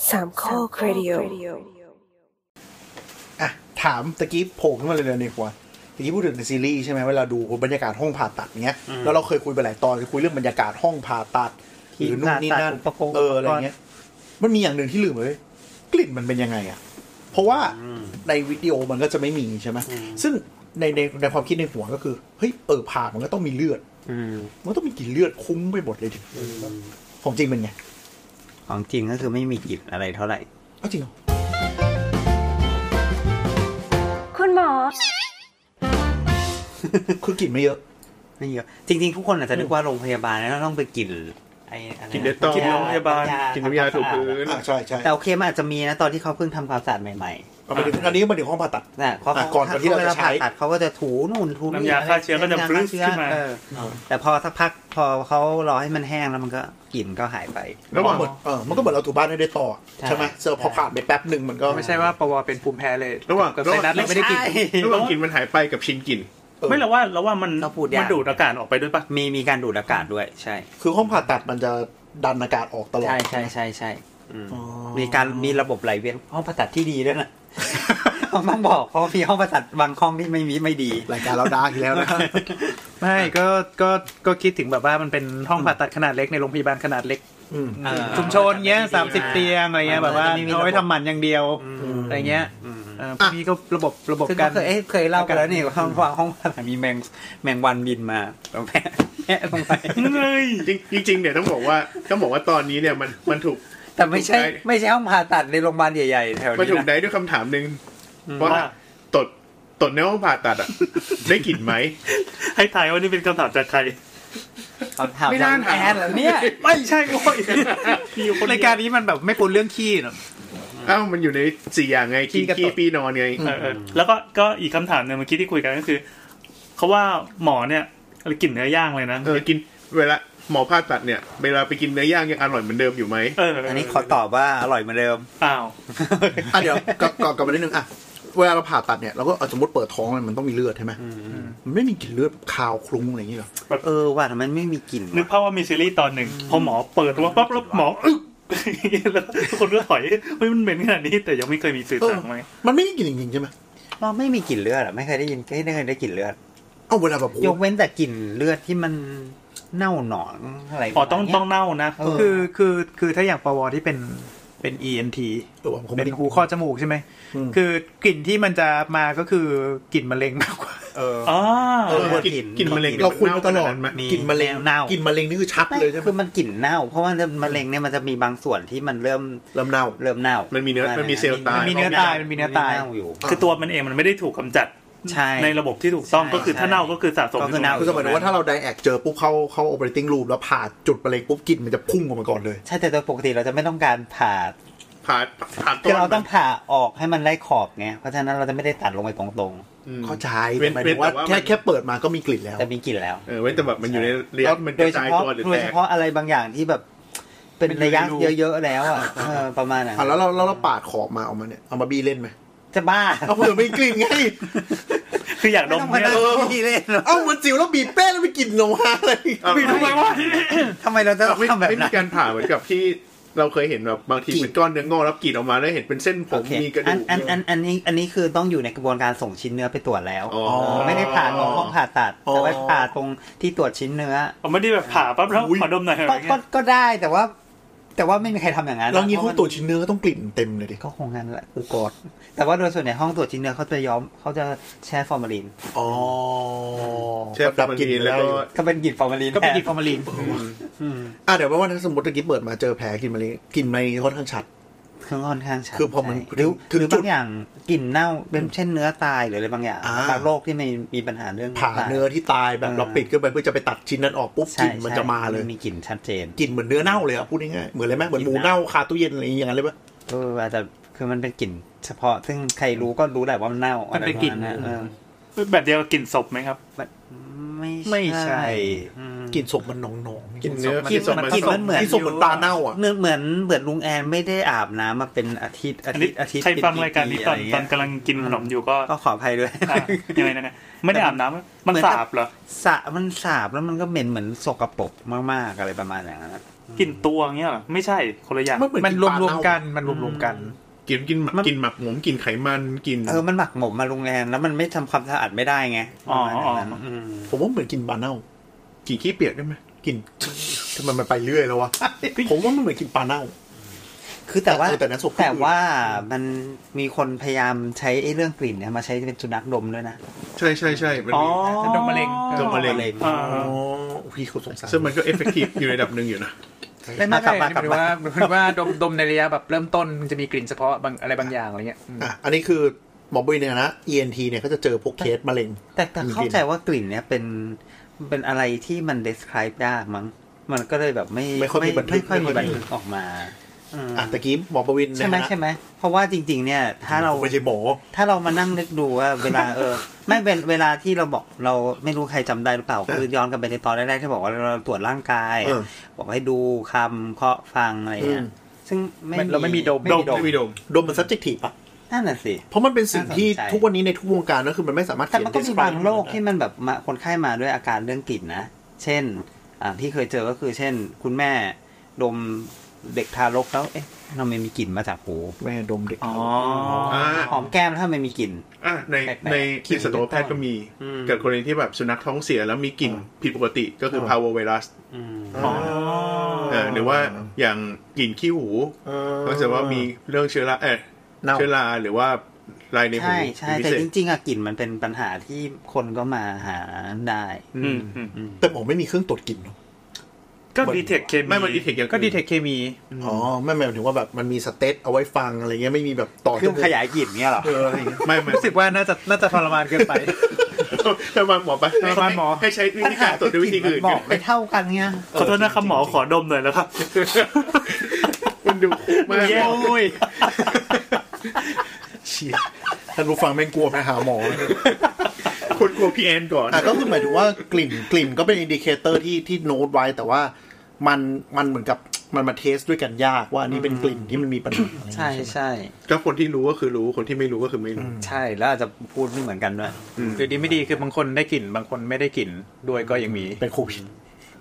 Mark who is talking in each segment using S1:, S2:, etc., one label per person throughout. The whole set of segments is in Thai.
S1: สามข้อครดิโอ
S2: อ่ะถามตะกี้โผล่ขึ้นมาเลยในหัวตะกี้พูดถึงในซีรีส์ใช่ไหมเวลาดูบรรยากาศห้องผ่าตัดเงี้ยแล้วเราเคยคุยไปหลายตอนคุยเรื่องบรรยากาศห้องผ่าตัดหรือนู่นนี่นั่นอะไรเงี้ยมันมีอย่างหนึ่งที่ลืมเลยกลิ่นมันเป็นยังไงอ่ะเพราะว่าในวิดีโอมันก็จะไม่มีใช่ไหมซึ่งในความคิดในหัวก็คือเฮ้ยผ่ามันก็ต้องมีเลือดมันต้องมีกลิ่นเลือดคุ้งไปหมดเลยดิของจริงเป็นไง
S3: ของจริงก็คือไม่มีกลิ่นอะไรเท่าไหร่
S2: จริงเหรอ
S1: คุณหมอ
S2: คือกลิ่นไม่เยอะ
S3: จริงๆทุกคนอาจจะนึกว่าโรงพยาบาลแล้วต้องไปกลิ่น
S4: กลิ่นเด็ดต้อง
S5: กินโรงพยาบาล
S4: กินน้ำยาถูพื้น
S2: ใช่
S3: แต่โอเคมันอาจจะมีนะตอนที่เขาเพิ่งทำความสะอาดใหม่ๆ
S2: อันนี้มาถึงห้องผ่าตัดก่อนที่เราจะใช้
S3: เขาก็จะถูนู่นถู
S5: น้ำยาฆ่าเชื้อก็จะฟรึ้งขึ้นมา
S3: แต่พอสักพักพอเขารอให้มันแห้งแล้วมันก็กลิ่นก็หายไป
S2: แล้วมันก็เหมือนเราถูบ้านได้ต่อใช่ไหมเซอร์พอผ่านไปแป๊บนึงมันก็
S5: ไม่ใช่ว่าปวเป็นภูมิแพ้เลย
S4: ระหว่าง
S5: ไซนัสเลยไม่ได้กลิ่น
S4: ระหว่างกลิ่นมันหายไปกับชินกลิ่น
S5: ไม่เราว่ามันดูดอากาศออกไปด้วยปะ
S3: มีการดูดอากาศด้วยใช่
S2: คือห้องผ่าตัดมันจะดันอากาศออกตลอด
S3: ใช่มีระบบไหลเวียนห้องผ่าตัดที่ดีด้วยนะต้องบอกเพราะมีห้องผ่าตัดบางห้องที่ไม่ดี
S2: รายการเราดาร์กอีกแล้วนะ
S5: ไม่ก็คิดถึงแบบว่ามันเป็นห้องผ่าตัดขนาดเล็กในโรงพยาบาลขนาดเล็กชุมชนเงี้ย30เตียงอะไรเงี้ยแบบว่าเอาไว้ทำหมันอย่างเดียวอะไรเงี้ยพี่ก็ระบบการ
S3: เคยเล่ากันแล้วนี่ห้องผ่าตัดมีแมงวันบินมาต้องแพะลงไป
S4: จริงๆเนี่ยต้องบอกว่าตอนนี้เนี่ยมันถูก
S3: แต่ไม่ใช่ห้องผ่าตัดในโรงพยาบาลใหญ่ๆแถวนี้
S4: มันถูกได้ด้วยคำถามนึงว่าตดในห้องผ่าตัดอ่ะได้กลิ่นไหม
S5: ให้ทายว่านี่เป็นคำถามจากใคร
S3: ไม่น่าถามแล้วเนี่ย
S5: ไม่ใช่โว้ยรายการนี้มันแบบไม่ปนเรื่องขี้เนาะ
S4: มันอยู่ใน4อย่างไงขี้ปีนอนไง
S5: แล้วก็อีกคำถามนึงเมื่อกี้ที่คุยกันก็คือเขาว่าหมอเนี่ยกลิ่นเนื้อย่างเลยนะ
S4: กินเวลาหมอผ่าตัดเนี่ยเวลาไปกินเนื้อย่างยังอร่อยเหมือนเดิมอยู่ไหม
S3: อันนี้ขอตอบว่าอร่อยเหมือนเดิม
S2: เดี๋ยวกลับมานิดนึงเวลาเราผ่าตัดเนี่ยเราก็สมมติเปิดท้องมันต้องมีเลือดใช่ไหมมันไม่มีกลิ่นเลือดคาวคลุ้งอะไรอย่างเงี้ยหร
S3: อว่าทำไมไม่มีกลิ่น
S5: นึกภาพว่ามีซีรีส์ตอนหนึ่งพอหมอเปิดตัวปั๊บแล้วหมอแล้วทุกคนก็ถอยมันเหม็นขนาดนี้แต่ยังไม่เคยมีสื่อสารไหม
S2: มันไม่มีกลิ่นจริงๆใช่ไหม
S3: เราไม่มีกลิ่นเลือดไม่เคยได้ยินไม่เคยได้กลิ่นเลือด
S2: เวลาแบบ
S3: ยกเว้นแต่กลิ่นเลือดที่มันเน่าหนองอะไร
S5: ต้องเน่านะคือถ้าอย่างปวที่เป็น ENT เป็นหูคอจมูกใช่ไหมคือกลิ่นที่มันจะมาก็คือกลิ่นมะเร็งมากกว่
S4: ากลิ่นมะเร็ง
S2: เราคุยมาตลอดกลิ่นมะเร็ง
S3: เน่าก
S2: ลิ่นมะเร็งนี่คือชัดเลยใช่ไหม
S3: คือมันกลิ่นเน่าเพราะว่ามะเร็งเนี่ยมันจะมีบางส่วนที่มันเริ่ม
S2: เน่า
S4: มันมีเนื้อมันมีเซลล์ตาย
S5: มันมีเนื้อตายอยู่คือตัวมันเองมันไม่ได้ถูกกำจัดในระบบที่ถูกต้องก็คือถ้าเน่าก็คือสะสม
S2: คือสมมติว่าถ้าเราไดแอกเจอปุ๊บเข้า operating room แล้วผ่าจุดมะเร็งปุ๊บกลิ่นมันจะพุ่งออกมาก่อนเลย
S3: ใช่แต่โดยปกติเราจะไม่ต้องการผ่า
S4: คือ
S3: เราต้องผ่าออกให้มันไล่ขอบไงเพราะฉะนั้นเราจะไม่ได้ตัดลงไปตรง
S2: ๆเข้าใจแต่หมายถึงว่าแค่เปิดมาก็มีกลิ่นแล้ว
S3: แต่มีกลิ่นแล้ว
S4: เว้นแต่แบบมันอยู่ในระยะมันกระจายตัวหรือแตก
S3: โดยเฉพาะอะไรบางอย่างที่แบบเป็นระยะเยอะๆแล้วประมาณนั้น
S2: แล้วเราปาดขอบมาเอามาเนี่ยเอามาบี้เล่นไหม
S3: จะบ้า
S2: เอาเผื่อไม่กลิ่นไง
S5: คืออยากดมเนี่ย
S2: มันจิ๋วแล้วบีบแป้งแล้วไปกินลงมาอะไร
S5: บีบทำไมวะ
S3: ทำไมเราจะทำแบบนั้น
S4: ไม่มีการผ่าเหมือนกับที่เราเคยเห็นแบบบางทีเป็นก้อนเนื้องอกแล้วกรีดออกมาแล้วเห็นเป็นเส้นผมมีกระดูก
S3: อันนี้คือต้องอยู่ในกระบวนการส่งชิ้นเนื้อไปตรวจแล้วไม่ได้ผ่าตรงห้องผ่าตัดแต่ว่าผ่าตรงที่ตรวจชิ้นเนื้อ
S5: ไม่ได้แบบผ่าปั๊บแล้วขอดมหน่อย
S3: ก็ได้แต่ว่าไม่มีใครทำอย่างนั้น
S2: แล้วงี้ห้องตรวจชิ้นเนื้อก็ต้องกลิ่นเต็มเลยดิ
S3: ก็คงงั้นแหละกูกอดแต่ว่าโดยส่วนใหญ่ห้องตรวจชิ้นเนื้อเขาจะแช่ฟอร์มาลิน
S4: แช่ดับกลิ่นแล้ว
S3: ก็เป็นกลิ่นฟอร์มาลิน
S5: เ
S2: ดี๋ยวว่าถ้าสมมติตะกี้เปิดมาเจอแผลกลิ่นมะเร็งกลิ่นมะเร็งค่อนข้างชัดคือพอมัน
S3: หรือบางอย่างกลิ่นเน่าเป็นเช่นเนื้อตายหรืออะไรบางอย่างบางโรคที่มีปัญหาเรื่อง
S2: ผ่าเนื้อที่ตายแบบเราปิดขึ้นไปเพื่อจะไปตัดชิ้นนั้นออกปุ๊บกลิ่นมันจะมาเลย
S3: มีกลิ่นชัดเจน
S2: กลิ่นเหมือนเนื้อเน่าเลยพูดง่ายๆเหมือนอะไรไหมเหมือนหมูเน่าคาตู้เย็นอะไรอย่างนั้นเลยป่ะ
S3: อาจจะคือมันเป็นกลิ่นเฉพาะซึ่งใครรู้ก็รู้แหละว่ามันเน่า
S5: มันเป็นกลิ่นแบบเดียวกับกลิ่นศพไหมครับ
S3: ไม่ใช่
S2: กลิ่นศพมันหนองๆ
S4: กลิ่นเนื้อกลิ่นศพ
S3: มันเหมือน
S2: ศพเหมือนปลาเน่าอ่ะ
S3: เหมือนลุงแอนไม่ได้อาบน้ำมาเป็นอาทิตย์
S5: ใครฟังรายการนี้ตอนกำลังกินขนมอยู่ก็
S3: ขออภัยด้วย
S5: ยังไงนะไม่ได้อาบน้ำมันสาบเหรอ
S3: มันสาบแล้วมันก็เหม็นเหมือนสกปรกมากๆอะไรประมาณอย่างนั้น
S6: กลิ่นตัวเงี้ยเหรอไม่ใช่คนละอย่าง
S5: มันรวมๆกันมันรวมๆกัน
S4: กินหมักหมมกินไขมันกิน
S3: มันหมักหมมมาโรงแรมแล้วมันไม่ทำความสะอาดไม่ได้ไง
S2: ผมว่าเหมือนกินบาเน่า
S4: กินขี้เปียกได้ไหม
S2: กินทำไมมันไปเรื่อยแล้ววะผมว่ามันเหมือนกินปลาเน่า
S3: คือแต่ว่ามันมีคนพยายามใช้ไอ้เรื่องกลิ่นเนี่ยมาใช้เป็นสุนัขดมด้วยนะ
S4: ใช่มันมี
S5: ดมมะเร็ง
S2: พี่เขาสงสาร
S4: ซึ่งมันก็เอฟเฟกตีฟอยู่ในระดับนึงอยู่นะ
S5: ไม่หรือว่าดมในระยะแบบเริ่มต้นมันจะมีกลิ่นเฉพาะบางอะไรบางอย่างอะไรเงี้ย
S2: อันนี้คือหมอบุ้ยเนี่ยนะ ENT เนี่ยเขาจะเจอพวกเคสมะเร็ง
S3: แต่เข้าใจว่ากลิ่นเนี่ยเป็นอะไรที่มัน describe ยากมั้งมันก็เลยแบบไม่ค่อยมีบันทึกออกมา
S2: ตะกี้หมอประวิน
S3: ใช่ไหมเพราะว่าจริงๆเนี่ยถ้าเรา
S2: ไม่ใช่หมอ
S3: ถ้าเรามานั่งนึกดูว่าเวลาไม่เป็นเวลาที่เราบอกเราไม่รู้ใครจำได้หรือเปล่าคือย้อนกลับไปในตอนแรกๆที่บอกว่าเราตรวจร่างกายบอกให้ดูคำเคาะฟังอะไรเงี้ยซึ่ง
S5: เราไม่มีดม
S2: มัน subjective ป่ะ
S3: นั่นน่ะสิ
S2: เพราะมันเป็นสิ่งที่ทุกวันนี้ในทุกวงการก็คือมันไม่สามารถ
S3: แต่มันก็มีบางโรคที่มันแบบคนไข้มาด้วยอาการเรื่องกลิ่นนะเช่นที่เคยเจอก็คือเช่นคุณแม่ดมเด็กทารกแล้วทำไมมีกลิ่นมาจากหู
S2: แม่ดมเด็ก
S3: หอมแก้มแล้วทำไมมีกลิ่น
S4: ในสัตวแพทย์ก็มีเกิดกรณีที่แบบสุนัขท้องเสียแล้วมีกลิ่นผิดปกติก็คือ parvovirus หรือว่าอย่างกลิ่นขี้หูก็จะว่ามีเรื่องเชื้อราหรือว่าลายในหู
S3: ใช่แต่จริงๆกลิ่นมันเป็นปัญหาที่คนก็มาหาได้
S2: แต่ผมไม่มีเครื่องตรวจกลิ่น
S6: ก็ดีเทคเคมี
S4: มันดีเทค
S5: ก็ดีเทคเคมี
S2: ไม่หมายถึงว่าแบบมันมีสเตตเอาไว้ฟังอะไรเงี้ยไม่มีแบบต่อ
S3: เครื่องขยายกลิ่นเงี้ยหรอ
S5: ไม่รู้สึกว่าน่าจะทรมานเกินไป
S4: ทรมานหมอไปให้ใช้วิธีการตรวจด้วยวิธีอื่น
S3: บอกไปเท่ากันเงี้ย
S6: ขอโทษนะครับหมอขอดมหน่อยแล้วครับ
S4: มันดูมาก
S5: โอ้ย
S2: ท่านผู้ฟังแม่งกลัวไปหาหมอ
S4: คนกลัวพี่แอนก่อน
S2: ก็คือหมายถึงว่ากลิ่นก็เป็นอินดิเคเตอร์ที่โน้ตไว้แต่ว่ามันเหมือนกับมันมาเทสด้วยกันยากว่านี่เป็นกลิ่นที่มันมีปัญหา
S3: ใช่
S4: ก็คนที่รู้ก็คือรู้คนที่ไม่รู้ก็คือไม่รู้
S3: ใช่แล้วอาจจะพูดไม่เหมือนกันด้วย
S5: คือดีไม่ดีคือบางคนได้กลิ่นบางคนไม่ได้กลิ่นด้วยก็ยังมี
S2: เป็นโควิด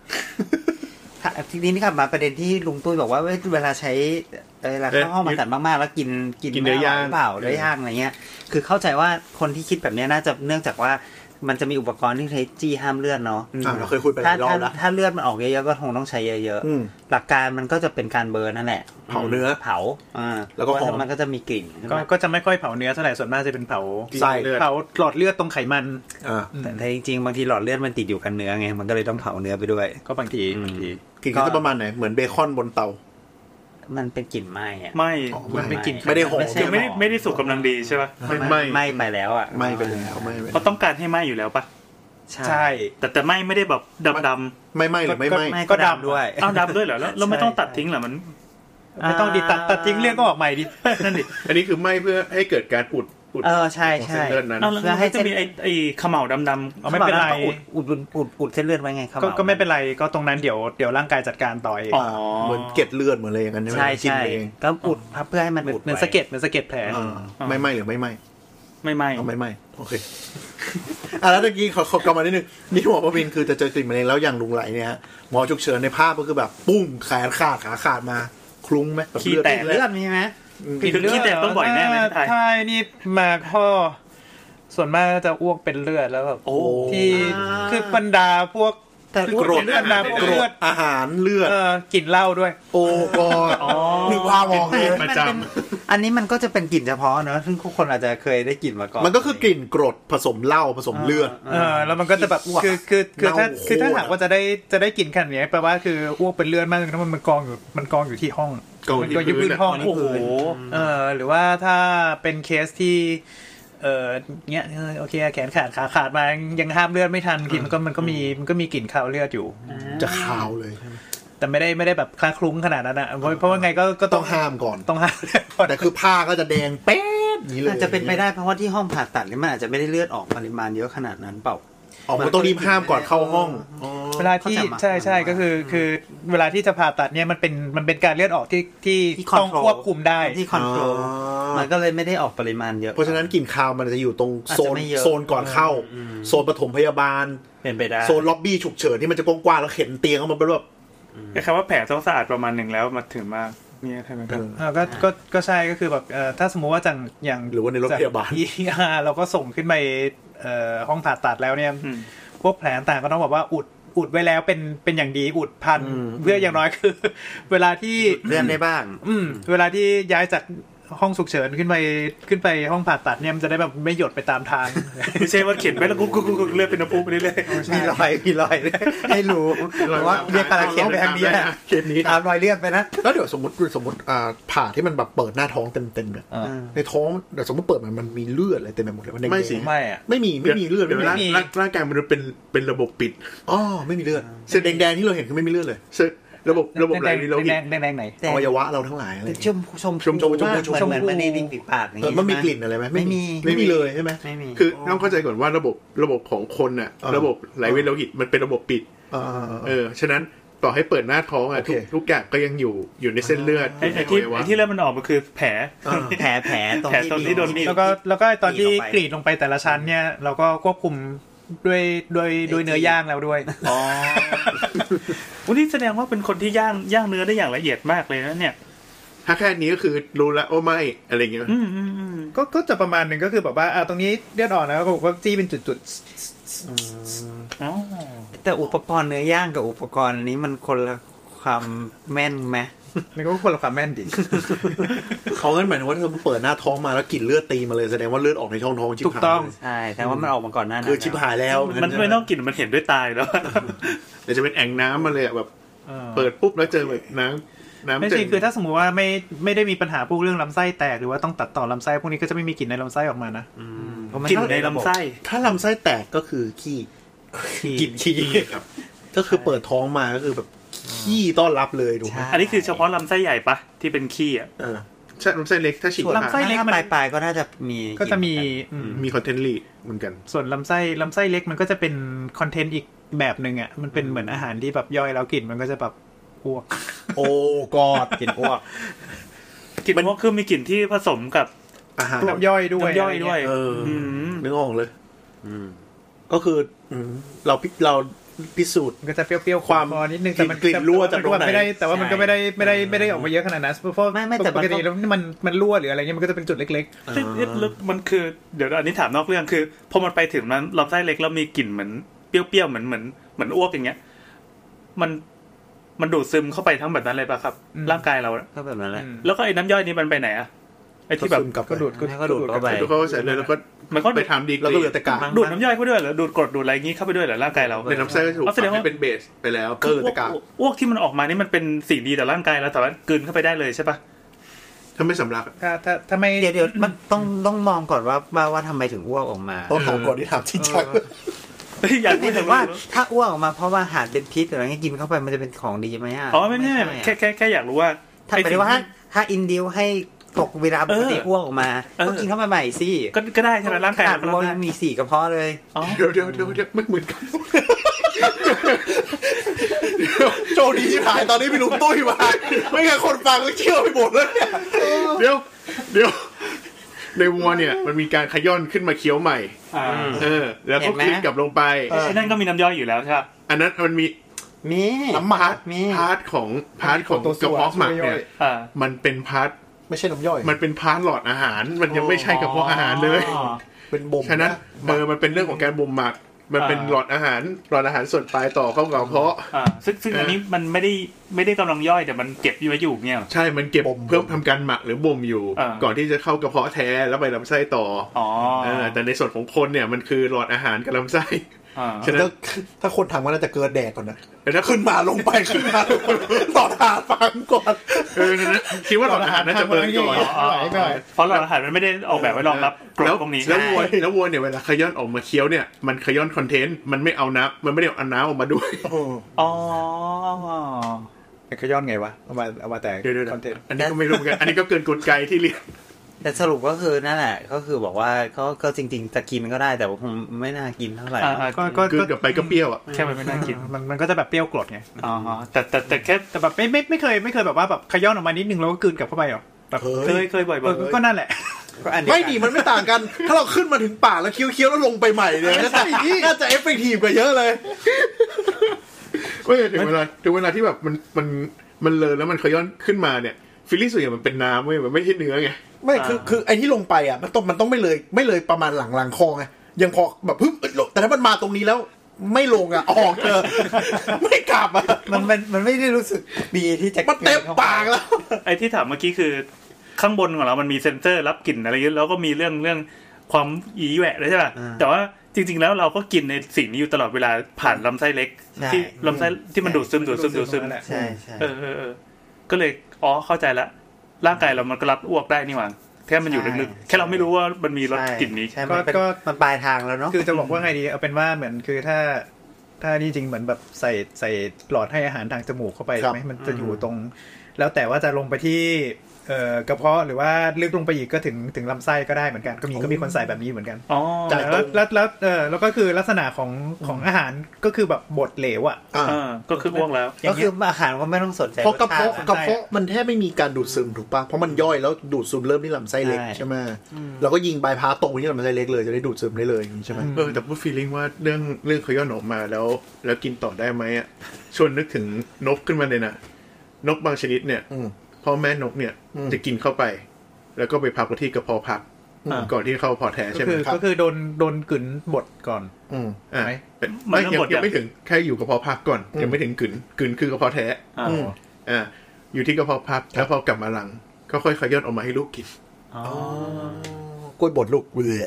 S3: ทีนี้กลับมาประเด็นที่ลุงตุ้ยบอกว่าเวลาใช้เวลาเข้าห้องผ่าตัดมากๆแล้วกิน
S4: เนื้อย่าง
S3: เปล่าเนื้อย่างอะไรเงี้ยคือเข้าใจว่าคนที่คิดแบบนี้น่าจะเนื่องจากว่ามันจะมีอุปกรณ์ที่ใช้จี้ห้ามเลือดเนาะ
S2: เราเคยคุยไปหลายรอบแล้ว
S3: ถ้าเลือดมันออกเยอะๆก็คงต้องใช้เยอะๆหลักการมันก็จะเป็นการเบิร์นนั่นแหละ
S2: เผาเนื้อ
S3: เผา
S2: แล้วก็
S3: มันก็จะมีกลิ่น
S5: ก็จะไม่ค่อยเผาเนื้อเท่าไหร่ส่วนมากจะเป็นเผาหลอดเลือดตรงไขมัน
S3: แต่จริงๆบางทีหลอดเลือดมันติดอยู่กับเนื้อไงมันก็เลยต้องเผาเนื้อไปด้วย
S5: ก็บางที
S2: กลิ่นก็จะประมาณไหนเหมือนเบคอนบนเตา
S3: มันเป็นกลิ่นไหม้อะ
S6: ไม่
S5: มันเป็นกลิ่น
S2: ไม่ได้หอม
S6: คือไม่ได้สุกกำลังดีใช่ป่ะ
S3: ไม่ไปแล้วอ่ะ
S2: ไม่ไปแล้วไม่
S6: เขาต้องการให้ไหม้อยู่แล้วป่ะ
S5: ใช่
S6: แต่ไม่ได้แบบดำ
S2: ไม่หรือไม่
S3: ก็ดำด้วย
S6: ดำด้วยเหรอแล้วไม่ต้องตัดทิ้งเหรอมัน
S5: ไม่ต้องดิตัดทิ้งเรื่องก็ออกใหม่ดิ
S6: นั่นดิ
S4: อันนี้คือไม่เพื่อให้เกิดการอุด
S3: ใช่
S6: เส้นเลือดนั้นแล้วให้จะมีไอ้ขม่าดำ
S5: ๆไม่เป็นไร
S3: อุดเส้นเลือดไว้ไงครับ
S5: ก็ไม่เป็นไรก็ตรงนั้นเดี๋ยวร่างกายจัดการต่อเอง
S2: เหมือนเกล็ดเลือดเหมือนอะไรอย่างนั้น
S3: ใช่ก็อุดเพื่อให้มัน
S5: เหมือนสะเก็ดแผล
S2: ไม่หรือไม่
S6: ไม่
S2: โอเคแล้วตะกี้เขากลับมานิดนึงนี่หมอประวินคือจะเจอกลิ่นมะเร็งแล้วอย่างลุงไหลเนี่ยฮะหมอฉุกเฉินในภาพก็คือแบบปุ้งแขนขาดขาขาดมาคลุ้งไหม
S6: ขี้แตก
S3: เลือดมีไหม
S6: ขี้แตกต้องบ่อยแน่ไหม
S5: ใช่นี่มาข้อส่วนมากจะอ้วกเป็นเลือดแล้วแบบที่คือบรรดาพวก
S2: กรดเลือดอาหารเลือด
S5: กินเหล้าด้วย
S2: โอ้ก็นึกภาพออกเลย
S3: ประจำอันนี้มันก็จะเป็นกลิ่นเฉพาะเนอะซึ่งทุกคนอาจจะเคยได้กลิ่นมาก่อน
S2: มันก็คือกลิ่นกรดผสมเหล้าผสมเลือด
S5: แล้วมันก็จะแบบคือถ้าหากว่าจะได้กลิ่นขนาดนี้แปลว่าคืออ้วกเป็นเลือดมากแล้วมันกองอยู่ที่ห้องก็อยู่พื้นห้องโอ้โหหรือว่าถ้าเป็นเคสที่เงี้ยโอเคแขนขาดมายังห้ามเลือดไม่ทันกินมันก็มีกลิ่นคาวเลือดอยู่
S2: จะคาวเลยใช่ไหม
S5: แต่ไม่ได้แบบคล้าคลุ้งขนาดนั้นนะเพราะว่าไงก็
S2: ต้องห้ามก่อน
S5: ต้องห้าม
S2: แต่คือผ้าก็จะแดงเป๊ะนี่เลย
S3: อาจจะเป็นไปได้เพราะว่าที่ห้องผ่าตัดนี่มันอาจจะไม่ได้เลือดออกปริมาณเยอะขนาดนั้นเปล่า
S2: มันต้องรีบห้ามก่อนเข้าห้อง
S5: เวลาที่ใช่ก็คือเวลาที่จะผ่าตัดเนี่ยมันเป็นการเลือดออกที่ต้องควบคุมได้
S3: ที่คอนโทรลมันก็เลยไม่ได้ออกปริมาณเยอะ
S2: เพราะฉะนั้นกลิ่นคาวมันจะอยู่ตรงโซนก่อนเข้าโซนปฐมพยาบาล
S3: เป็นไปได้
S2: โซนล็อบบี้ฉุกเฉินที่มันจะกว้างๆแล้วเข็นเตียงเข้ามาแบบ
S6: คำว่าแผลต้องสะอาดประมาณหนึ่งแล้วมาถึงมากเนี่ยใช่ไหมครับ
S5: ก็ใช่ก็คือแบบถ้าสมมุติว่าอย่าง
S2: หรือว่าในรถพยาบาล
S5: เราก็ส่งขึ้นไปห้องผ่าตัดแล้วเนี่ยพวกแผลต่างก็ต้องบอกว่าอุดไว้แล้วเป็นอย่างดีอุดพันเพื่ออย่างน้อยคือเวลาที่
S3: เลื่อนได้บ้าง
S5: เวลาที่ย้ายจากห้องฉุกเฉินขึ้นไปห้องผ่าตัดเนี่ยมันจะได้แบบไม่หยดไปตามทาง
S6: ไม่ใช่ว่าเข็นไปแล้วกุ๊กเลือดเป็นน้ำพุไปเรื่อย
S3: ๆมีรอยให้รู้ว่าเรียกการเข็นไปทางนี้
S2: เข็นนี้
S3: ตามรอยเลือดไปนะ
S2: แล้วเดี๋ยวสมมติผ่าที่มันแบบเปิดหน้าท้องเต็มๆเลยในท้องเดี๋ยวสมมติเปิดมันมีเลือดอะไรเต็มไปหมดเลย
S4: ไม่สิ
S2: ไม่มีเลือด
S4: ไม่มีร่างกายมันเป็นระบบปิด
S2: ไม่มีเลือดเส้นแดงๆที่เราเห็นคือไม่มีเลือดเลยระบบไหลเวียนโลหิต
S5: แดงไหน
S2: อวัยวะเราทั้งหลายอะไร
S3: ชมเหมือนมันในริมฝีปากอย่างงี้
S2: มันมีกลิ่นอะไรไหมไม่มีเลยใช่ไหม
S4: คือต้องเข้าใจก่อนว่าระบบของคนน่ะระบบไหลเวียนโลหิตมันเป็นระบบปิดฉะนั้นต่อให้เปิดหน้าท้องอ่ะทุกอย่างก็ยังอยู่ในเส้นเลือด
S6: ไอ้ที่เลือดมันออกมันคือแผลตรงที่โดนมีด
S5: แล้วก็ตอนที่กรีดลงไปแต่ละชั้นเนี่ยเราก็ควบคุมด้วยเนื้อย่างแล้วด้วย
S6: วันนี้แสดงว่าเป็นคนที่ย่างเนื้อได้อย่างละเอียดมากเลยนะเนี่ย
S4: ถ้าแค่นี้ก็คือรู้แล้วว่าไม่อะไรเงี้ย
S5: ก็จะประมาณนึงก็คือแบบว่าตรงนี้เลือดออกนะก็จี้เป็นจุด
S3: ๆแต่อุปกรณ์เนื้อย่างกับอุปกรณ์นี้มันคนละความแม่นไหม
S5: มันก็คนละความแม่นดิ
S2: เขางั้นหมายถึงว่าถ้าเปิดหน้าท้องมาแล้วกลิ่นเลือดตีมาเลยแสดงว่าเลือดออกในช่องท้อง
S5: ชิบหายถูกต้อง
S3: ใช่แต่ว่ามันออกมาก่อนหน้านั้น
S2: คือชิบหายแล้ว
S6: มันไม่ต้องกลิ่นมันเห็นด้วยตาแล้ว
S4: เดี๋ยวจะเป็นแอ่งน้ำมาเลยแบบเปิดปุ๊บแล้วเจอแบบน้ำ
S5: ไม่ใช่คือถ้าสมมุติว่าไม่ได้มีปัญหาพวกเรื่องลำไส้แตกหรือว่าต้องตัดต่อลำไส้พวกนี้ก็จะไม่มีกลิ่นในลำไส้ออกมานะ
S6: กลิ่นในลำไส้
S2: ถ้าลำไส้แตกก็คือขี้กลิ่นขี้ครับก็คือเปิดท้องมาก็คือแบบขี้ต้อนรับเลยถูกไหม
S6: อันนี้คือเฉพาะลำไส้ใหญ่ปะที่เป็นขี้อ่ะ
S4: ใช่ลำไส้เล็กถ้าฉีก
S3: ลำไส้เล็กมันปลายก็น่าจะ
S4: มีคอนเทนต์ลีเหมือนกัน
S5: ส่วนลำไส้เล็กมันก็จะเป็นคอนเทนต์อีกแบบนึงอ่ะมันเป็นเหมือนอาหารที่แบบย่อยแล้วกลิ่นมันก็จะแบบอ้วก
S2: โอ้กอดกลิ่นอ้วก
S6: กลิ่นมันคือมีกลิ่นที่ผสมกับ
S2: อาหาร
S5: น้ำย่อยด้วย
S2: นึกออกเลยก็คือเราพิสูจน์
S5: ก็จะเปรี้ยวๆความนิดนึงแต่มัน
S2: กลิ่นรั่วจากตรงไหน
S5: ไม่ได้แต่ว่ามันก็ไม่ได้ออกมาเยอะขนาดนั้นเพราะไม่แต่ปกติแล้วมันรั่วหรืออะไรเงี้ยมันก็จะเป็นจุดเล็ก
S6: ๆมันคือเดี๋ยวอันนี้ถามนอกเรื่องคือพอมันไปถึงนั้นลำไส้เล็กแล้วมีกลิ่นเหมือนเปรี้ยวๆเหมือนอ้วกอย่างเงี้ยมันดูดซึมเข้าไปทั้งแบบนั้นเลยป่ะครับร่างกายเรา
S3: ก็แบบนั้นแหละ
S6: แล้วก็ไอ้น้ำย่อยนี้มันไปไหนอะไอ้ที่แบบ
S5: ก็ดูด
S3: เข้าไป
S4: ก็ใส่เลยแล้วก็
S6: มันก็
S4: ไปทำดี
S2: แล้วก็เหลือแต่กาก
S6: ดูดน้ำย่อยเข้าไปด้วยเหรอดูดกรดดูดอะไรงี้เข้าไปด้วยเหรอร่างกายเรา
S4: ในน้ำไส้ก็ถูกให้เป็นเบสไปแล้ว
S2: ก็เหลือแต่กาก
S6: อ้วกที่มันออกมานี่มันเป็นสิ่งดีต่อร่างกายแล้วแต่ว่ากลืนเข้าไปได้เลยใช่ป่ะ
S4: ถ้าไม่สำลัก
S5: ถ้าไม่
S3: เดี๋ยวมันต้องมองก่อนว่าทำไมถึงอ้วกออกมา
S2: ต้องถามก่อนที่ถามจริงจัง
S3: อยากพูดถึงว่าถ้าอ้วกออกมาเพราะว่าอาหารเป็นพิษอะไรเงี้ยกินเข้าไปมันจะเป็นของดีไหม
S6: อ๋อไม่แค่อยากรู้ว่า
S3: ถ้าหมายถึงว่าถ้าอินดิวให้ตกเวลาปกติอ้วกออกมาก็กินเข้ามาใหม่สิ
S6: ก็ได้ใช่ไหมร่างกาย
S3: เรามี4กระเพาะเลย
S4: เดี๋ยวไม่เหมือนกัน
S2: โจดีที่ถ่ายตอนนี้พี่ลุงตุ้ยมาไม่งั้นคนฟังก็เชื่อไปหมดเลย
S4: เดี๋ยวในวัวเนี่ยมันมีการขย้อนขึ้นมาเคี้ยวใหม่แล้วก็คลิกกลับลงไป
S6: นั่นก็มีน้ำย่อยอยู่แล้วใช่
S4: อันนั้นมันมี
S2: น้ำหมัก
S4: พาร์ทของกระเพาะหมักเนี่ยมันเป็นพาร์ท
S2: ไม่ใช่น้ำย่อย
S4: มันเป็นพาร์ทหลอดอาหารมันยังไม่ใช่กระเพาะอาหารเลย
S2: เป็นบ่ม
S4: ฉะนั้นมันเป็นเรื่องของการบ่มหมักมันเป็นหลอดอาหารส่วนปลายต่อเข้ากระเพาะ
S6: ซึ่งอันนี้มันไม่ได้กำลังย่อยแต่มันเก็บไว้อยู่เนี่ย
S4: ใช่มันเก็บเพื่อทำการหมักหรือบ่มอยู่ก่อนที่จะเข้ากระเพาะแท้แล้วไปลำไส้ต่อแต่ในส่วนของคนเนี่ยมันคือหลอดอาหารกับลำไส้
S2: ฉะนั้นถ้าคนทำก็น่าจะเกิดแดกก่อนนะแต่ถ้าขึ้นมาลงไปหลอดอาหารฟังก่อน
S4: นะคิดว่าหลอดอาหารน่าจะเบิร์นก่อน
S6: เพราะหลอดอาหารมันไม่ได้ออกแบบไว้รองรับกรดตรงนี้
S4: แล้ววัวเนี่ยเวลาขย้อนออกมาเคี้ยวเนี่ยมันขย้อนคอนเทนต์มันไม่เอาน้ำมันไม่ได้เอาน้ำออกมาด้วย
S5: ขย้อนไงวะเอามาแต่คอนเทนต์
S4: อันนี้ก็ไม่รู้กันอันนี้ก็เกินกลไกที่เรียน
S3: แต่สรุปก็คือนั่นแหละก็คือบอกว่าก็จริงๆจะกินก็ได้แต่ว่าคงไม่น่ากินเท่าไหร่
S4: ก็กับไปก็เปรี้ยวอ่ะ
S6: แค่ไม่น่ากิน
S5: มันก็จะแบบเปรี้ยวกรดไง
S6: แต่แค่
S5: แต่แบบไม่เคยแบบว่าแบบขย้อนออกมานิดนึงแล้วก็กลืนกลับเข้าไปหรอแบบ
S6: เคยบ่อย
S5: ๆก็นั่นแหละ
S2: ไม่ดีมันไม่ต่างกันถ้าเราขึ้นมาถึงปากแล้วเคี้ยวแล้วลงไปใหม่เนี่ยน่าจะเอฟเฟกตีฟกว่าเยอะเลย
S4: ถึงเวลาที่แบบมันเลอะแล้วมันขย้อนขึ้นมาเนี่ยฟีลลิ่งส่วนใหญ่มันเป็นน้ำเว้ยมันไม่ใช่เนื้อไง
S2: ไม่คือไอ้ที่ลงไปอ่ะมันต้องไม่เลยประมาณหลังคอไงยังพอแบบพึ่งแต่ถ้ามันมาตรงนี้แล้วไม่ลงอ่ะออกไม่กลับอ่ะ
S3: มันไม่ได้รู้สึกดีที่จะ
S2: มันเต็มปากแล้ว
S6: ไอ้ที่ถามเมื่อกี้คือข้างบนของเรามันมีเซ็นเซอร์รับกลิ่นอะไรเงี้ยแล้วก็มีเรื่องความอีแหวะเลยใช่ป่ะแต่ว่าจริงๆแล้วเราก็กินในสิ่งนี้อยู่ตลอดเวลาผ่านลำไส้เล็กที่ลำไส้ที่มันดูดซึม
S3: ใช่
S6: ก็เลยเข้าใจละร่างกายเรามันก็รับอ้วกได้นี่หว่าแค่มันอยู่ลึกๆแค่เราไม่รู้ว่ามันมีรสกลิ่นนี้
S3: ก็มันปลายทางแล้วเนาะ
S5: คือจะบอกว่าไงดีเอาเป็นว่าเหมือนคือถ้านี่จริงเหมือนแบบใส่หลอดให้อาหารทางจมูกเข้าไปใช่ไหมมันจะอยู่ตรงแล้วแต่ว่าจะลงไปที่กระเพาะหรือว่าลึกลงไปอีกก็ถึงลำไส้ก็ได้เหมือนกันก็มีคนใส่แบบนี้เหมือนกันแล้วก็คือลักษณะของอาหารก็คือแบบบดเหลวอ่ะ
S6: ก็คืออ้วกแล้ว
S3: ก็คืออาหารก็ไม่ต้องสนใจ
S2: เพราะกระเพาะมันแทบไม่มีการดูดซึมถูกป่ะเพราะมันย่อยแล้วดูดซึมเริ่มที่ลำไส้เล็กใช่ไหมเราก็ยิงบายพาสตรงที่ลำไส้เล็กเลยจะได้ดูดซึมได้เลยใช่ไหม
S4: แต่พูดฟีลลิ่งว่าเรื่องขย้อนออกมาแล้วกินต่อได้ไหมอ่ะชวนนึกถึงนกขึ้นมาเลยนะนกบางชนิดเนี่ยพ่อแม่นกเนี่ยจะกินเข้าไปแล้วก็ไปพักที่กระเพาะพักก่อนที่เข้ากระเพาะแท้ใช่ไหม
S5: ก็คือโดนกลืนบดก่อน
S4: ไม่ยังไม่ถึงแค่อยู่กระเพาะพักก่อนยังไม่ถึงกลืนคือกระเพาะแท้อยู่ที่กระเพาะพักแล้วพอกลับมาหลังก็ค่อยขย้อนออกมาให้ลูกกิน
S2: กล้วยบดลูกเบื่อ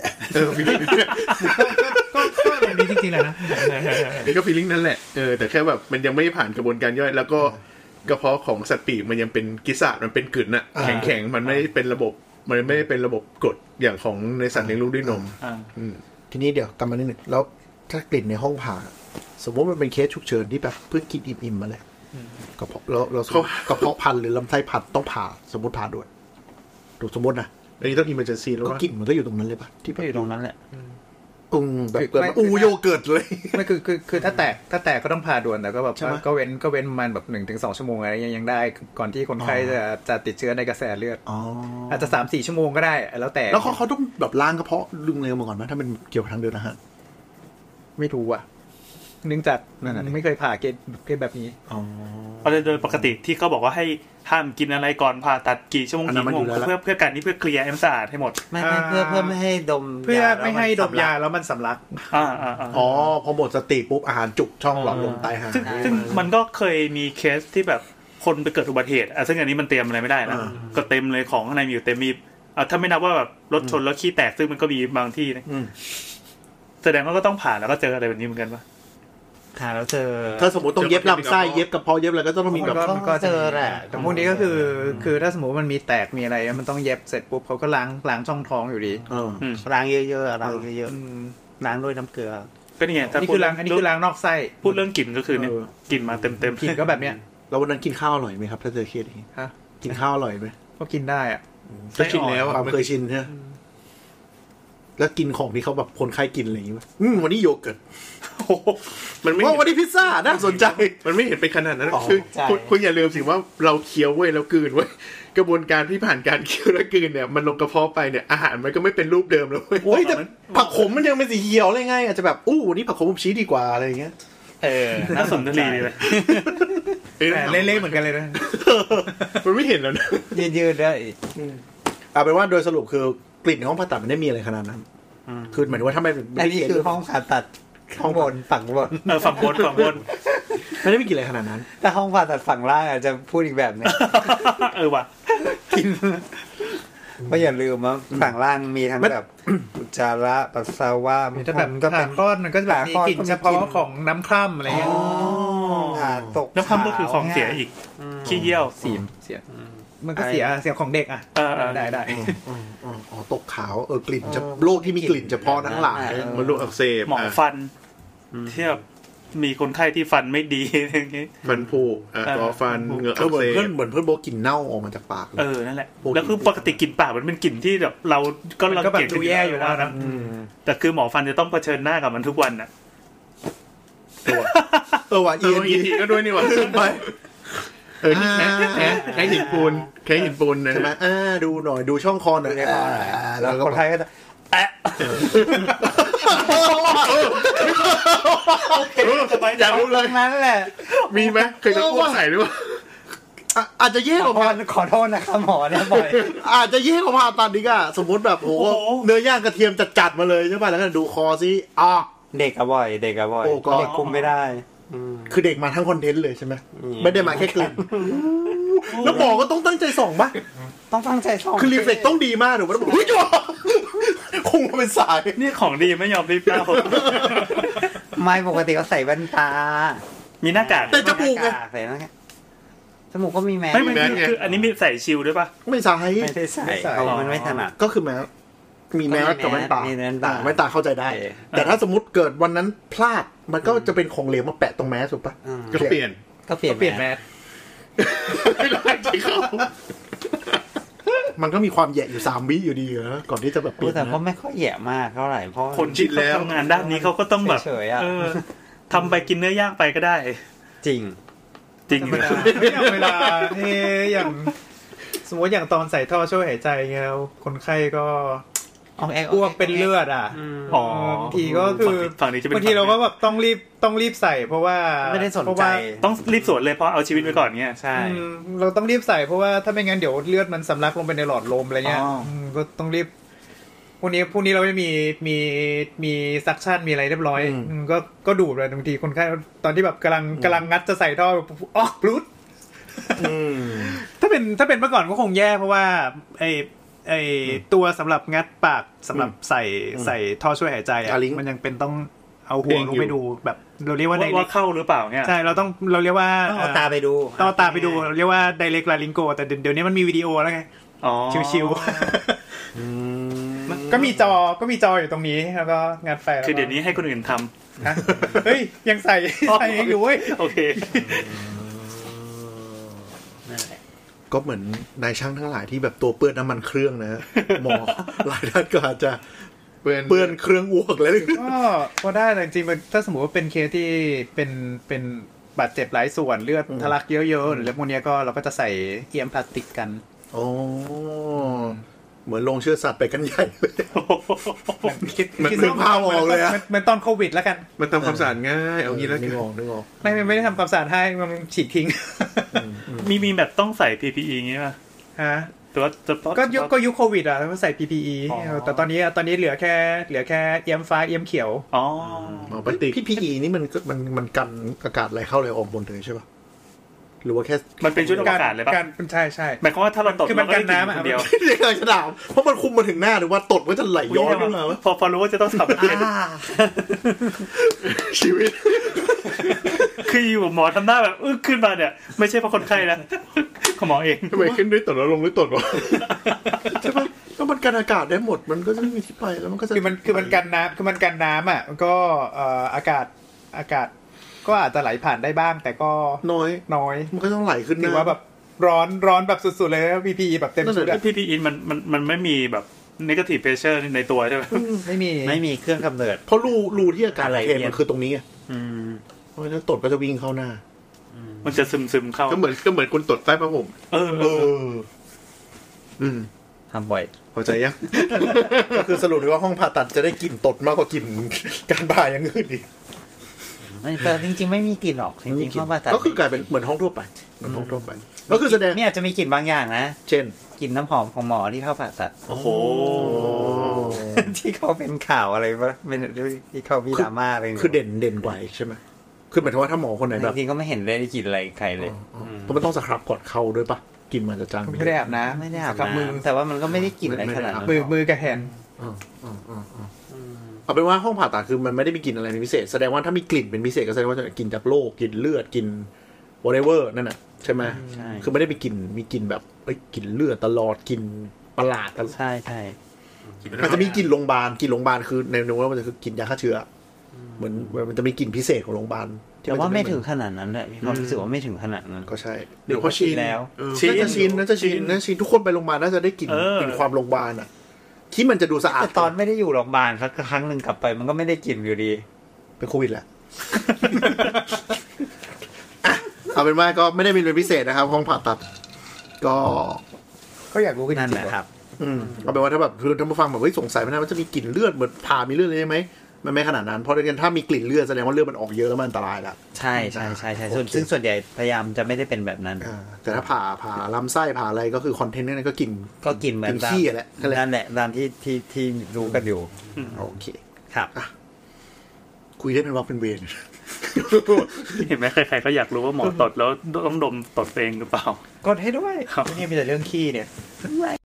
S5: ก็แบบนี้จริงๆเลยนะ
S4: นี่ก็ฟีลลิ่งนั่นแหละแต่แค่แบบมันยังไม่ผ่านกระบวนการย่อยแล้วก็กระเพาะของสัตว์ปีกมันยังเป็นกิสะมันเป็นกลืนน่ะแข็งๆมันไม่เป็นระบบมันไม่เป็นระบบกรดอย่างของในสัตว์เลี้ยงลูกด้วยนม
S2: ทีนี้เดี๋ยวกลับมานิดนึงแล้วถ้ากลิ่นในห้องผ่าสมมติมันเป็นเคสฉุกเฉินที่แบบเพิ่งกินอิ่มๆมาเลยกระเพาะแล้วกระเพาะพันหรือลำไส้พันต้องผ่าสมมติผ่าด่วนถูกสมมตินะ
S4: อันนี้ต้องอิมเมอร์เจนซี่แล้ว
S2: ก็กลิ่นมันก็อยู่ตรงนั้นเลยป่ะ
S3: ที่อยู่ตรงนั้นแหละ
S2: แบบเกิดโยเกิร์ตเลย
S5: ไม่คือถ้าแตกก็ต้องผ่าด่วนแต่ก็แบบก็เว้นประมาณแบบ 1-2 ชั่วโมงอะไรยังได้ก่อนที่คนไข้จะติดเชื้อในกระแสเลือดอาจจะ 3-4 ชั่วโมงก็ได้แล้วแต่
S2: แล้วเขาต้องแบบล้างกระเพาะดึงเร็วมาก่อนไหมถ้ามันเกี่ยวกับทางเดินอาหาร
S5: ไม่รู้อ่ะเนื่องจากไม่เคยผ่าเกณฑ์แบบนี้
S6: โดยปกติที่เขาบอกว่าให้ห้ามกินอะไรก่อนผ่าตัดกี่ชั่วโมงเพื่อการนี้เพื่อเคลียร์สะอาดให้หมด
S3: ไม่เพื่อไม่ให้ดม
S5: เพื่อไม่ให้ดมยาแล้วมันสำลัก
S2: พอหมดสติปุ๊บอาหารจุกช่องหลอดลมใต้หาง
S6: ซึ่งมันก็เคยมีเคสที่แบบคนไปเกิดอุบัติเหตุซึ่งอันนี้มันเตรียมอะไรไม่ได้นะก็เต็มเลยของข้างในมีอยู่เต็มมีถ้าไม่นับว่าแบบรถชนแล้วขี้แตกซึ่งมันก็มีบางที่นะแสดงว่าก็ต้องผ่าแล้วก็เจออะไรแบบนี้เหมือนกันป่ะ
S3: แล้วเจอ
S2: ถ้าสมมติต้องเย็บลำไส้เย็บกระเพาะเย็บอะไรก็ต้องมีแบบ
S3: ก็เจอแหละ
S5: แต่พวกนี้ก็คือถ้าสมมติมันมีแตกมีอะไรมันต้องเย็บเสร็จปุ๊บเขาก็ล้างช่องท้องอยู่ดี
S3: ล้างเยอะๆล้างเยอะๆล้างด้วยน้ำเกลือ
S6: ก็นี่ไง
S5: นี่คือล้างนอกไส้
S6: พูดเรื่องกลิ่นก็คือเนี่ยกลิ่นมาเต็ม
S5: กลิ่นก็แบบเนี้ย
S2: แล้ววันนั้นกินข้าวอร่อยไหมครับถ้าเจอเคสนี้กินข้าวอร่อยไหม
S5: ก็กินได้อ่ะ
S2: ก็ชินแล้วความเคยชินใช่แล้วกินของที่เขาแบบคนไข้กินอะไรอย่างงี้ป่ะวันนี้โยเกิร์ต
S4: มันไม่
S2: วันนี้พิซซ่าน่าสนใจ
S4: มันไม่เห็นเป็นขนาดนั้นคือคุณอย่าลืมสิว่าเราเคี้ยวเว้ยแล้วกลืนเว้ยกระบวนการที่ผ่านการเคี้ยวและกลืนเนี่ยมันลงกระเพาะไปเนี่ยอาหารมันก็ไม่เป็นรูปเดิมแล้วเว้ย
S2: โอ้ยแต่ผักขมมันยังเป็นสีเขียวเลยไงอาจจะแบบวันนี้ผักขมชี้ดีกว่าอะไรอย่างเงี้ย
S6: น่าสนใจเลย
S5: เล่ๆเหมือนกันเลยนะ
S4: มันไม่เห็นแล้วนะ
S3: ยืดได้
S2: เอาเป็นว่าโดยสรุปคือกลิ่นในห้องผ่าตัดมันไม่มีอะไรขนาดนั้นคือหมายถึงว่าถ้าไม่
S3: อันนี้คือห้องผ่าตัดห้องบนฝั่งบน
S6: ฝั่งบน
S2: ไม่ได้มีกลิ่นอะไรขนาดนั้น
S3: แต่ห้องผ่าตัดฝั่งล่างอาจจะพูดอีกแบบนึง
S6: ว่ะ
S3: กินก็อย่าลืมว่าฝั่งล่างมีทั้งแบบอุจจาระปัสสาวะ
S5: มีทั้งแบบก็เป็นก้อนมันก็จะมีกลิ่นเฉพาะของน้ำคร่ำอะไรเงี้ย
S3: ตก
S6: น้ำคร่ำก็คือของเสียอีกขี้เยี่ยว
S5: เสียมันก็เสียของเด็กได้
S2: ตกขาวกลิ่นจะโรคที่มีกลิ่นเฉพาะทั้งหลาย
S4: มันโรคอักเสบ
S6: หมอฟันเทียบมีคนไข้ที่ฟันไม่ดีอย่างงี้
S4: ฟันผุต่อฟันเหงือกอักเสบ
S2: เหมือนเพื่อนบอกกลิ่นเน่าออกมาจากปาก
S6: นั่นแหละแล้วคือปกติกลิ่นปากมันเป็นกลิ่นที่แบบเราก็รังเกียจ
S5: ดูแย่อยู่แล้วนะ
S6: แต่คือหมอฟันจะต้องเผชิญหน้ากับมันทุกวันน่ะ
S2: ว่ะ
S4: อีก็ด้วยนี่หว่าไปนี่แค่หินปูนนะ
S2: ใช่ไหมดูหน่อยดูช่องคอหน่อย
S3: แล้วคนไทยก็จะ
S4: อยากรู้เลย
S3: นั้นแหละ
S4: มีไหมเคยจะอ้วกใส่หรือเปล่า
S2: อาจจะแย่กว่า
S3: ขอโทษนะครับหมอเนี่ยบ่อย
S2: อาจจะแย่กว่าผ่าตัดดีกอะสมมติแบบโหเนื้อย่างกระเทียมจัดๆมาเลยใช่ป่ะแล้วก็ดูคอซิ
S3: เด็กอะบ่อยเด็กคุมไม่ได้
S2: คือเด็กมาทั้งคอนเทนต์เลยใช่ไหมไม่ได้มาแค่กลิ่นแล้วหมอก็ต้องตั้งใจส่องปะ
S3: ต้องตั้งใจส่อง
S2: คือรีเฟล็กต้องดีมากหรือว่าเฮ้ยคงเป็นสาย
S6: นี่ของดีไม่ยอมรีบเล่า
S3: ไม่ปกติเขาใส่แว่นตา
S6: มีหน้ากาก
S2: แต่จมูกไง
S3: ใส่หน้ากากจมูกก็มีแมส
S6: ไม่คืออันนี้มีใส่ชิลด้วยปะ
S2: ไม่ใส่
S3: ไม่ได้ใส่เขามันไม่ถนัด
S2: ก็คือแมสมีแมสกับแว่นตา
S3: มีแว่นตา
S2: แว่นตาเข้าใจได้ แต่ถ้าสมมติเกิดวันนั้นพลาดมันก็จะเป็นของเหลวมาแปะตรงแมสถูกปะ
S4: ก็เปลี่ยน
S5: แมส
S4: ไม่ได้จริงเขา
S2: มันก็มีความแย่อยู่3 วิอยู่ดีนะก่อนที่จะแบบเปลี่ยน
S3: แต่ก็
S2: นะ
S3: ไม่ค่อยแย่มากเท่าไหร่เพราะ
S6: คนที่เขาทำงานด้านนี้เขาก็ต้องแบบ
S3: เฉยๆอะ
S6: ทำไปกินเนื้อย่างไปก็ได้
S3: จริง
S6: จริง
S5: เวลาอย่างสมมติอย่างตอนใส่ท่อช่วยหายใจเงี้ยคนไข้ก็อ้วกเป็นเลือดอ่ะบางทีก็คือ
S6: ฝั่งนี้จะเป็น
S5: บางทีเราก็แบบต้องรีบใส่เพราะว่า
S3: ไม่ได้สนใจ
S6: ต้องรีบสวนเลยเพราะเอาชีวิตไว้ก่อนเงี้ย
S3: ใช่
S5: เราต้องรีบใส่เพราะว่าถ้าไม่งั้นเดี๋ยวเลือดมันสำลักลงไปในหลอดลมอะไรเงี้ยก็ต้องรีบพวกนี้เราไม่มีซักชั่นมีอะไรเรียบร้อยก็ดูดเลยบางทีคนไข้ตอนที่แบบกำลังงัดจะใส่ท่ออ๋อพลุดถ้าเป็นเมื่อก่อนก็คงแย่เพราะว่าไอตัวสำหรับงัดปากสำหรับใส่ท่อช่วยหายใจอ่ะมันยังเป็นต้องเอาหัวลงไปดูแบบเราเรียกว่า
S6: ว่าเข้าหรือเปล่าเนี่ย
S5: ใช่เราเรียกว่า
S3: เอาตาไปดู
S5: เราเรียกว่า direct laryngo แต่เดี๋ยวนี้มันมีวิดีโอแล้วไงชิวๆก็มีจออยู่ตรงนี้แล้วก็งัดไป
S6: คือเดี๋ยวนี้ให้คนอื่นท
S5: ำเฮ้ยยังใส่เองอยู่เว้ย
S6: โอเค
S2: ก็เหมือนนายช่างทั้งหลายที่แบบตัวเปื้อนน้ำมันเครื่องนะหมอหลายท่านก็อาจจะเปื้อนเครื่องอ้วกแล้ว
S5: ก็ได้แต่จริงๆถ้าสมมติว่าเป็นเคสที่เป็นบาดเจ็บหลายส่วนเลือดทะลักเยอะๆหรือพวกนี้ก็เราก็จะใส่เอียมพลาสติกกัน
S2: โอ้เหมือนลงเชื้อสัตว์ไปกันใหญ่เลยมันนึกภาพออกเลยอะ
S5: เหมือนตอนโควิดแล้วกัน
S4: มันทำความสะอาดง่ายเอางี้แล้ว
S2: นึกออก
S5: ไม่ได้ทำความสะอาดให้มันฉีดทิ้ง
S6: มีแบบต้องใส่ PPE อย่างงี้ป่ะ
S5: ฮะ
S6: ก็
S5: ยุคโควิดอ่ะต้องใส่ PPE แต่ตอนนี้เหลือแค่เอียมฟ้าเอียมเขียว
S2: PPE นี่มันกันอากาศอะไรเข้าอะไรออกบนเลยใช่ป่ะหรือว่าแค่
S6: มันเป็นชุดอากาศเลยป่ะ
S5: ใช่
S6: หมายความว่าถ้าเราตด
S5: คือมันกันน้ำ
S6: คนเดียว
S2: เรียกอะไรจะด่าเพราะมันคุมมาถึงหน้าหรือว่าตดก็จะไหลย้อนขึ้นมา
S6: พอรู้ว่าจะต้องทำ
S2: ชีวิต
S6: คืออยู่หมอทำหน้าแบบขึ้นมาเนี่ยไม่ใช่เพราะคนไข้นะของหมอเอง
S4: ทำไมขึ้นด้วยตดแล้วลงด้วยตดวะ
S2: ใช่ป่ะก็มันกันอากาศได้หมดมันก็จะไม่มีที่ไปแล้วมันก็จะ
S5: คือมันกันน้ำอ่ะก็อากาศก็อาจจะไหลผ่านได้บ้างแต่ก็
S2: น้อยมันก็ต้องไหลขึ้น
S5: ถือว่าแบบร้อนแบบสุดๆเลยนะPPE แบบเต็มสุด
S6: PPE มันไม่มีแบบ negative pressure ในตัวใช่ไหม
S5: ไม่
S3: มีเครื่องกำเนิด
S2: เพราะรูที่อากาศไหลมันคือตรงนี้ไงเพราะฉะนั้นตดก็จะวิ่งเข้าหน้า
S6: มันจะซึมเข้า
S4: ก็เหมือนคนตดใต้ผ้าห่ม
S3: ทำบ่อย
S2: เข้าใจยังก็คือสรุปเลยว่าห้องผ่าตัดจะได้กลิ่นตดมากกว่ากลิ่นการผ่าอย่างอื่นอีก
S3: แต่จริงๆไม่มีกลิ่นหรอกจริงๆห้องผ่าตัด
S2: ก็คือกลายเป็นเหมือนห้องทั่วไปก็คือแสดง
S3: นี่อาจจะมีกลิ่นบางอย่างนะ
S2: เช่น
S3: กลิ่นน้ำหอมของหมอที่เข้าผ่าตัด
S6: โอ้โห
S3: ที่เขาเป็นข่าวอะไรวะเป็นที่เขามีดราม่าอะไร
S2: คือเด่นกว่าใช่ไหมคือหมายถึงว่าถ้าหมอคนไหนแบบ
S3: จริงๆก็ไม่เห็นได้กลิ่นอะไรใครเลย
S2: เพราะมันต้องสครับก่อนเข้าด้วยปะกลิ่นมันจะจาง
S5: ไม่ได้อาบน้ำ
S3: ไม่ได้อาบน้ำแต่ว่ามันก็ไม่ได้กลิ่นอะไรขนาดนั้น
S5: มือกับแขน
S2: เอาเป็นว่าห้องผ่าตัดคือมันไม่ได้มีกลิ่นอะไรเป็นพิเศษแสดงว่าถ้ามีกลิ่นเป็นพิเศษก็แสดงว่าจะกินจากโรคกินเลือดกิน whatever นั่นน่ะใช่ไหมคือไม่ได้มีกลิ่นแบบกลิ่นเลือดตลอดกลิ่นประหลาด
S3: ใช่
S2: มันจะมีกลิ่นโรงพยาบาลกลิ่นโรงพยาบาลคือในนู้นมันจะคือกลิ่นยาฆ่าเชื้อเหมือนมันจะมีกลิ่นพิเศษของโรงพยาบาล
S3: แต่ว่าไม่ถึงขนาดนั้นแหละมีความรู้สึกว่าไม่ถึงขนาดนั้น
S2: ก็ใช่
S3: เดี๋ยวเขาชินแล้ว
S2: น่าจะชินทุกคนไปโรงพยาบาลน่าจะได้กลิ่นเป็นความโรงพยาบาลอ่ะที่มันจะดูสะอาด
S3: แต่ตอนไม่ได้อยู่โรงพยาบาลสักครั้งนึงกลับไปมันก็ไม่ได้กลิ่นอยู่ดี
S2: เป็นโควิดแหละเอาเป็นว่าก็ไม่ได้มีเป็นพิเศษนะครับห้องผ่าตัดก็
S5: อยากรู้กัน
S3: นั่นแหละครับ
S2: เอาเป็นว่าถ้าแบบคือท่านผู้ฟังแบบเฮ้ยสงสัยมันจะมีกลิ่นเลือดเหมือนผ่ามีเลือดเลยไหมมันไม่ขนาดนั้นเพราะถ้ามีกลิ่นเลือดแสดงว่าเลือดมันออกเยอะแล้วมันอันตรายละ
S3: ใช่ซึ่งส่วนใหญ่พยายามจะไม่ได้เป็นแบบนั้น
S2: แต่ถ้าผ่าลำไส้ผ่าอะไรก็คือคอนเทนต์นั้นก็กิน
S3: เหมือน
S2: ขี้แหละ
S3: นั่นแหละตามที่รู้กันอยู่
S2: โอเค
S3: ครับ
S2: คุยได้เป็นวักเป็นเวร
S6: เห็นไหมใครๆก็อยากรู้ว่าหมอตดแล้วต้องดมตดเองหรือเปล่าก
S5: ดให้ด้วยนี่มีแต่เรื่องขี้เนี่ย